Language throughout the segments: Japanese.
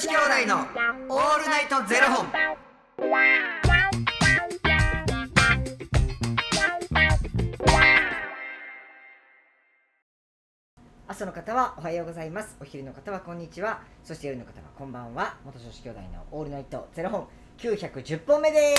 子兄弟のオールナイトゼロ本。 朝の方はおはようございます。お昼の方はこんにちは。そして夜の方はこんばんは。元女子兄弟のオールナイトゼロ本910本目です。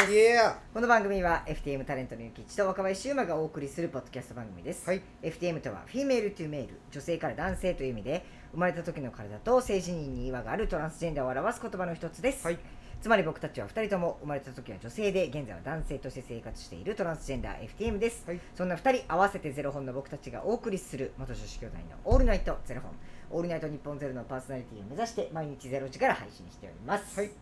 Yeah. この番組は FTM タレントのゆきちと若林優馬がお送りするポッドキャスト番組です、 はい。 FTM とはフィメールトゥメール、女性から男性という意味で、生まれた時の体と性自認に違和があるトランスジェンダーを表す言葉の一つです、 はい。 つまり僕たちは2人とも生まれた時は女性で現在は男性として生活しているトランスジェンダー FTM です、 はい。 そんな2人合わせてゼロ本の僕たちがお送りする元女子兄弟のオールナイトゼロ本、オールナイト日本ゼロのパーソナリティを目指して毎日ゼロ時から配信しております。 はい。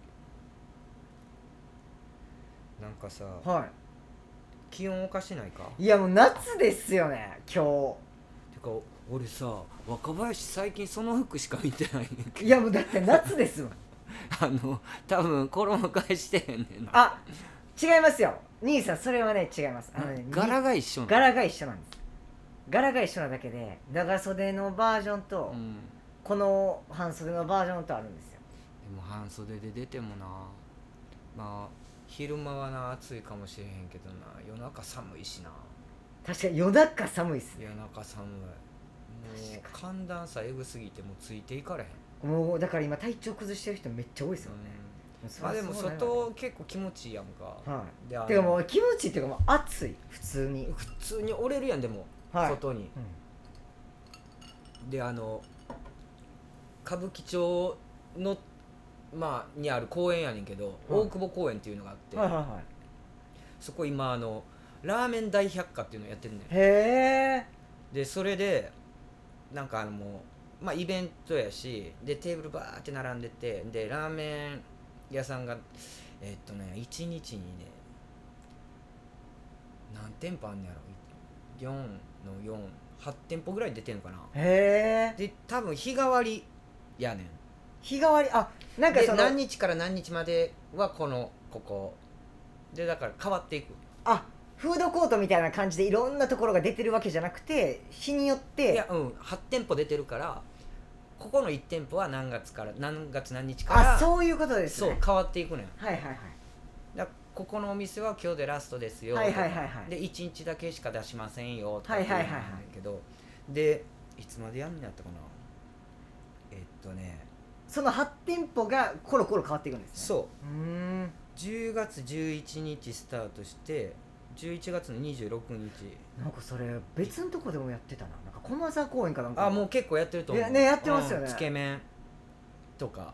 なんかさ、 は気温おかしないか？ い。いやもう夏ですよね今てか俺さ、若林最近その服しか見てないねんけ日。いやもうだって夏ですもんど多分衣替えしてへんねんな。 あ、違いますよ兄さん、それはね違います。 柄が一緒なの？ 柄が一緒なんです。柄が一緒なだけで長袖のバージョンと、この半袖のバージョンとあるんですよ。 でも半袖で出てもな、まあ昼間はな暑いかもしれへんけどな、夜中寒いしな。 確かに夜中寒いっすね。 夜中寒い。もう寒暖差エグすぎてもうついていかれへん。 もうだから今体調崩してる人めっちゃ多いですよね。 まあでも外結構気持ちいいやんか。 はい。 でてかもう気持ちいいっていうかもう暑い、普通に折れるやん。でも、 はい、 外に、で歌舞伎町のにある公園やねんけど、大久保公園っていうのがあって、 はいはいはい、 そこ今ラーメン大百科っていうのをやってるねん。 へえ。 でそれでなんかイベントやし、でテーブルバーって並んでて、でラーメン屋さんが1日にね何店舗あんねやろ、4の48店舗ぐらい出てんのかな。 へえ。 で多分日替わりやねん。 日替わり、あ、なんかで何日から何日まではここで、だから変わっていく。 あ、フードコートみたいな感じでいろんなところが出てるわけじゃなくて、日によっていや8店舗出てるから、ここの1店舗は何月何日からそういうことですね。 そう変わっていくねん。 はいはいはい。 だここのお店は今日でラストですよ、 はいはいはいはい、 で1日だけしか出しませんよとかはいっていうのはいはいはいなんだけど、でいつまでやんのやったかな。 その8店舗がコロコロ変わっていくんですね。 そう 、 10月11日スタートして11月の26日。 なんかそれ別のとこでもやってたな。なんか駒沢公園かなんか。 もう結構やってると思う。 ね、やってますよね。 つけ麺とか。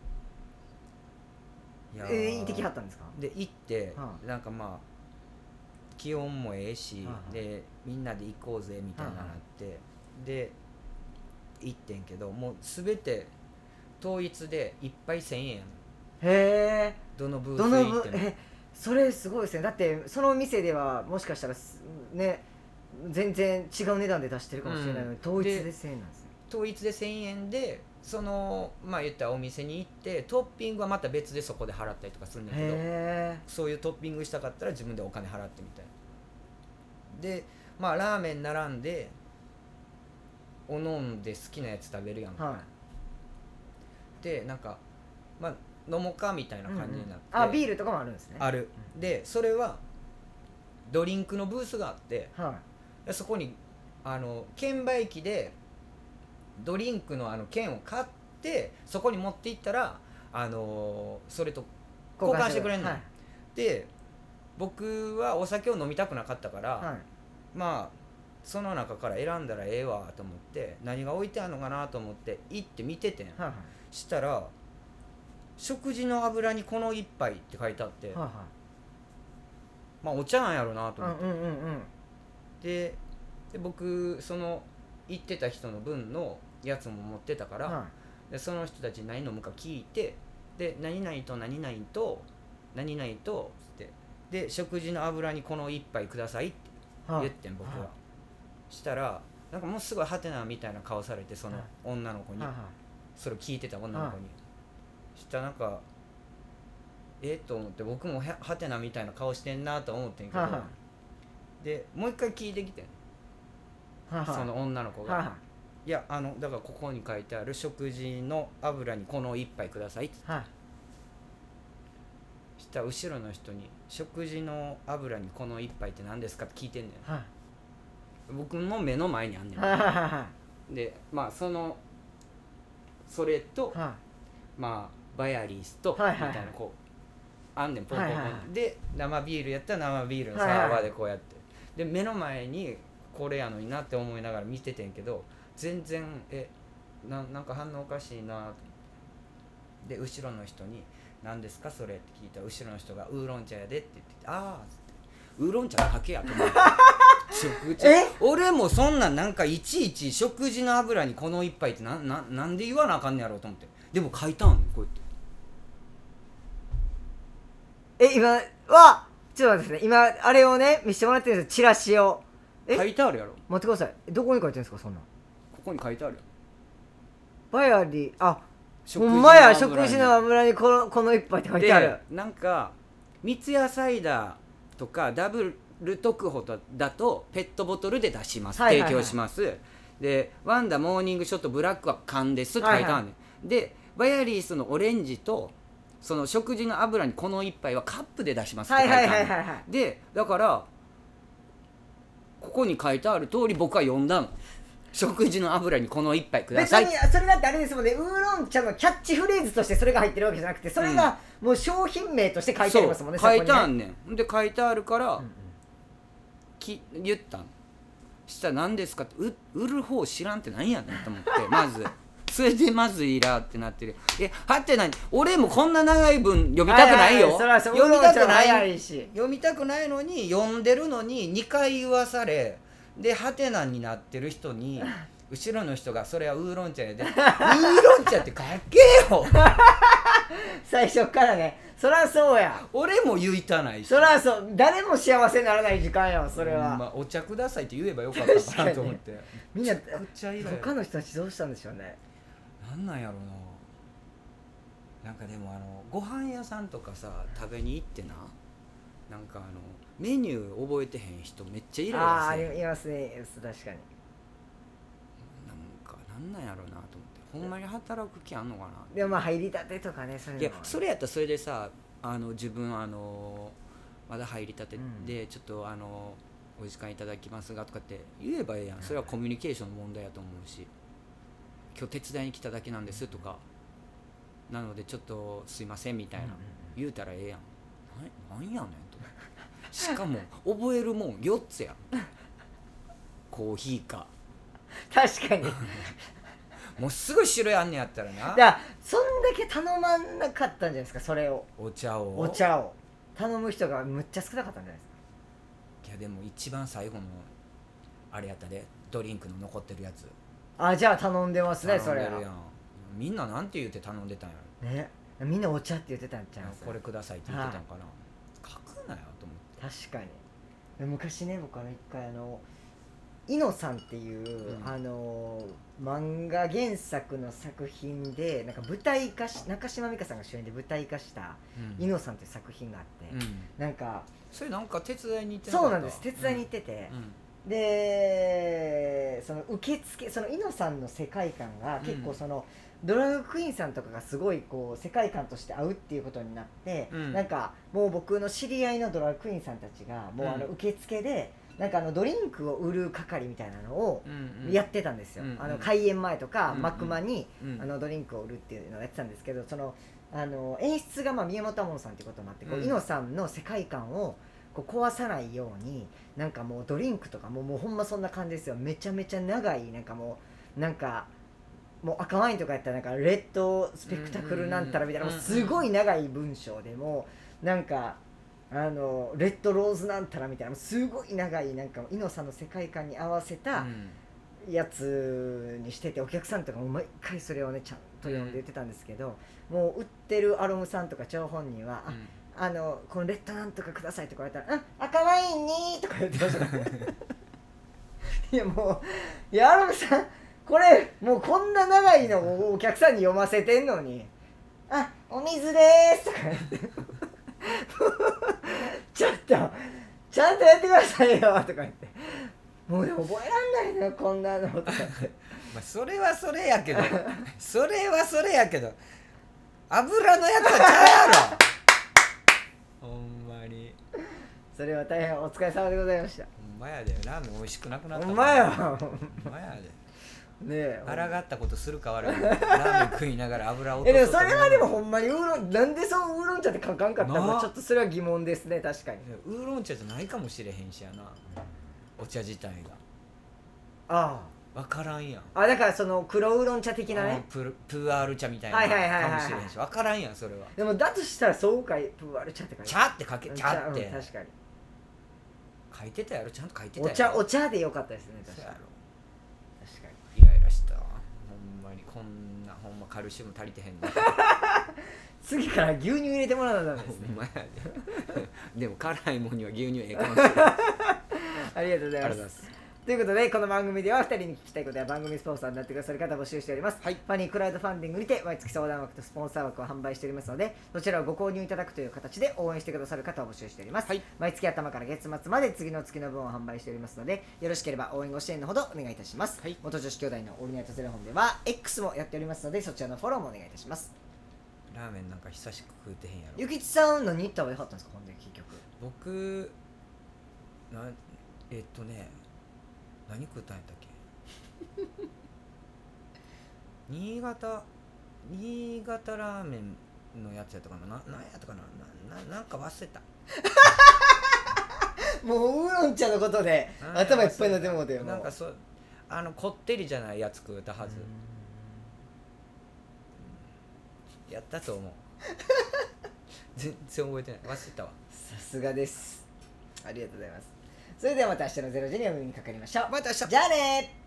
行ってきはったんですか？ で行って、 はあ、 なんか気温もええし、 はあ、 でみんなで行こうぜみたいなのがあって、はあ、で行ってんけど、もう全て統一で1杯1000円やん。 へえ。 どのブース行っても。 それすごいですね。だってその店ではもしかしたらね、全然違う値段で出してるかもしれないのに、統一で1000円なんですね。 統一で1000円で言ったらお店に行って、トッピングはまた別でそこで払ったりとかするんだけど、そういうトッピングしたかったら自分でお金払ってみたいな。でラーメン並んでおのんで好きなやつ食べるやんか、はい、でなんか飲もうかみたいな感じになって、 ビールとかもあるんですね。 ある、でそれはドリンクのブースがあって、 はい、 そこに券売機でドリンクの券を買って、そこに持っていったらそれと交換してくれるの、はい、で僕はお酒を飲みたくなかったから、はい、その中から選んだらええわと思って、何が置いてあるのかなと思って行って見ててん、はいはい、したら食事の油にこの一杯って書いてあって、はいはい、お茶なんやろなと思って、で僕その行ってた人の分のやつも持ってたから、はい、でその人たちに何飲むか聞いて、で何々と何々と何々とってで食事の油にこの一杯くださいって言ってん、僕は、はい、したらなんかもうすごいハテナみたいな顔されて、その女の子に、はい、それを聞いてた女の子に、はい、したらなんかと思って、僕もハテナみたいな顔してんなと思ってんけど、はい、でもう一回聞いてきてん、はいはい、その女の子が、はいはい、 いやだからここに書いてある食事の油にこの一杯くださいって、 はい、 したら後ろの人に食事の油にこの一杯って何ですかって聞いてんねん、 はい、 僕も目の前にあんねん、 はいはいはでまあそれと、 い、 まあバヤリースと、 はいはいはいみたいなこうあんねんポンポンポン、 はいはいはい、 で生ビールやったら生ビールのサーバーでこうやって、で目の前にこれやのになって思いながら見ててんけど全然なんか反応おかしいなで後ろの人に何ですかそれって聞いたら後ろの人がウーロン茶やでって言ってああっつってウーロン茶かけやと思って食事俺もそんなんかいちいち食事の油にこの一杯ってなんで言わなあかんねやろうと思ってでも書いたんねんこうやって今はちょっと待ってですね今あれをね見せてもらってるんですよチラシを書いてあるやろ待ってくださいどこに書いてるんですかそんなんここに書いてあるよバヤリあ食事のほんまや油に食事の油にこの一杯って書いてあるでなんか三ツ矢サイダーとかダブル特保だとペットボトルで出します、 はいはいはい提供しますでワンダモーニングショットブラックは缶ですって書いてあるねん、はいはい、でバヤリースのオレンジとその食事の油にこの一杯はカップで出しますって書いてある、 はいはいはいはい、 でだからここに書いてある通り僕は読んだの食事の油にこの一杯ください別にそれだってあれですもんねウーロン茶のキャッチフレーズとしてそれが入ってるわけじゃなくてそれがもう商品名として書いてありますもんね、 そう書いてあんんねんで書いてあるから、 うんうん、 言ったんしたら何ですかって売る方知らんって何やねんと思ってまずそれでまずいらってなってるはって何俺もこんな長い文読みたくないよ、読みたくない読みたくないのに読んでるのに2回言わされでハテナになってる人に後ろの人がそれはウーロン茶やでウーロン茶って書けよ最初からねそりゃそうや俺も言いたないしそりゃそう誰も幸せにならない時間やそれは、 まあ、お茶くださいって言えばよかったかなと思ってみんな他の人たちどうしたんでしょうねなんやろななんかでもご飯屋さんとかさ食べに行ってななんかメニュー覚えてへん人めっちゃイライラするいますね確かになんやろうなと思ってほんまに働く気あんのかなでもまあ入りたてとかねそういうのいやそれやったらそれでさ自分まだ入りたてで、ちょっとお時間いただきますがとかって言えばええやんそれはコミュニケーションの問題やと思うし今日手伝いに来ただけなんですとかなのでちょっとすいませんみたいな、言うたらええやんなんやねんとしかも覚えるもん4つやんコーヒーか確かにもうすぐ種類あんねやったらなだからそんだけ頼まなかったんじゃないですかそれをお茶を頼む人がむっちゃ少なかったんじゃないですかいやでも一番最後のあれやったでドリンクの残ってるやつじゃあ頼んでますねそれはみんななんて言って頼んでたんやろねみんなお茶って言ってたんちゃいますこれくださいって言ってたんかな、書くなよと思って確かに昔ね僕一回イノさんっていう、漫画原作の作品でなんか舞台化し中島美嘉さんが主演で舞台化したイノさんっていう作品があって、なんかそれなんか手伝いに行ってなかったそうなんです手伝いに行ってて、でその受付そのイノさんの世界観が結構その、ドラァグクイーンさんとかがすごいこう世界観として合うっていうことになって、なんかもう僕の知り合いのドラァグクイーンさんたちがもう受付でなんかドリンクを売る係みたいなのをやってたんですよ、開演前とか幕間にドリンクを売るっていうのをやってたんですけどその演出が宮本亞門さんっていうこともあってこうイノさんの世界観をこう壊さないようになんかもうドリンクとかもうほんまそんな感じですよめちゃめちゃ長いなんかもう赤ワインとかやったらなんかレッドスペクタクルなんたらみたいなすごい長い文章でもなんかレッドローズなんたらみたいなすごい長いなんかイノさんの世界観に合わせたやつにしててお客さんとかも毎回それをねちゃんと読んで言ってたんですけどもう売ってるアロムさんとか張本人はこのレッドなんとかくださいとか言われたら赤ワインにとか言ってましたいやもういやアロムさんこれもうこんな長いのをお客さんに読ませてんのにお水でーすとか言ってちょっとちゃんとやってくださいよとか言ってもうでも覚えらんないのよこんなのとかってまあそれはそれやけどそれはそれやけど油のやつはちゃうやろほんまにそれは大変お疲れ様でございました。 ほんまやでラーメン美味しくなくなったほんまやほんまやでねえ抗ったことするか悪いけどラーメン食いながら油を落とでもそうと思うそれはでもほんまにウーロンなんでそのウーロン茶って書かんかったのなあかちょっとそれは疑問ですね。確かに。 ウーロン茶じゃないかもしれへんしやなお茶自体があ分からんやんあだからその黒ウーロン茶的なね。 プーアール茶みたいなはいはいはいはいはいかもしれへんし分からんやんそれはでもだとしたらそうかいプーアル茶って書いて茶って書け茶ってうん確かに書いてたやろちゃんと書いてたやろお茶でよかったですね。確かにそうやろ確かイライラしたわほんまにこんなほんまカルシウム足りてへんね次から牛乳入れてもらわなダメですねほんまやででも辛いもんには牛乳ええかもしれないありがとうございます。 ありがとうございますということでこの番組では2人に聞きたいことや番組スポンサーになってくださる方を募集しております、 はいファニークラウドファンディングにて毎月相談枠とスポンサー枠を販売しておりますのでそちらをご購入いただくという形で応援してくださる方を募集しております、 はい毎月頭から月末まで次の月の分を販売しておりますのでよろしければ応援ご支援のほどお願いいたします、 はい元女子兄弟のオールナイトゼロ本では X もやっておりますのでそちらのフォローもお願いいたします。 ラーメンなんか久しく食うてへんやろゆきちさん何言った方がよかったんですかほんで結局僕何食ったんやったっけ新潟ラーメンのやつやったかななんやったかななんか忘れたもうウーロン茶のことで頭いっぱいになってもうてよなんかそうこってりじゃないやつ食うたはずやったと思う全然覚えてない忘れたわさすがです。ありがとうございます。それではまた明日の0時にお耳にかかりましょう。 また明日じゃあねー。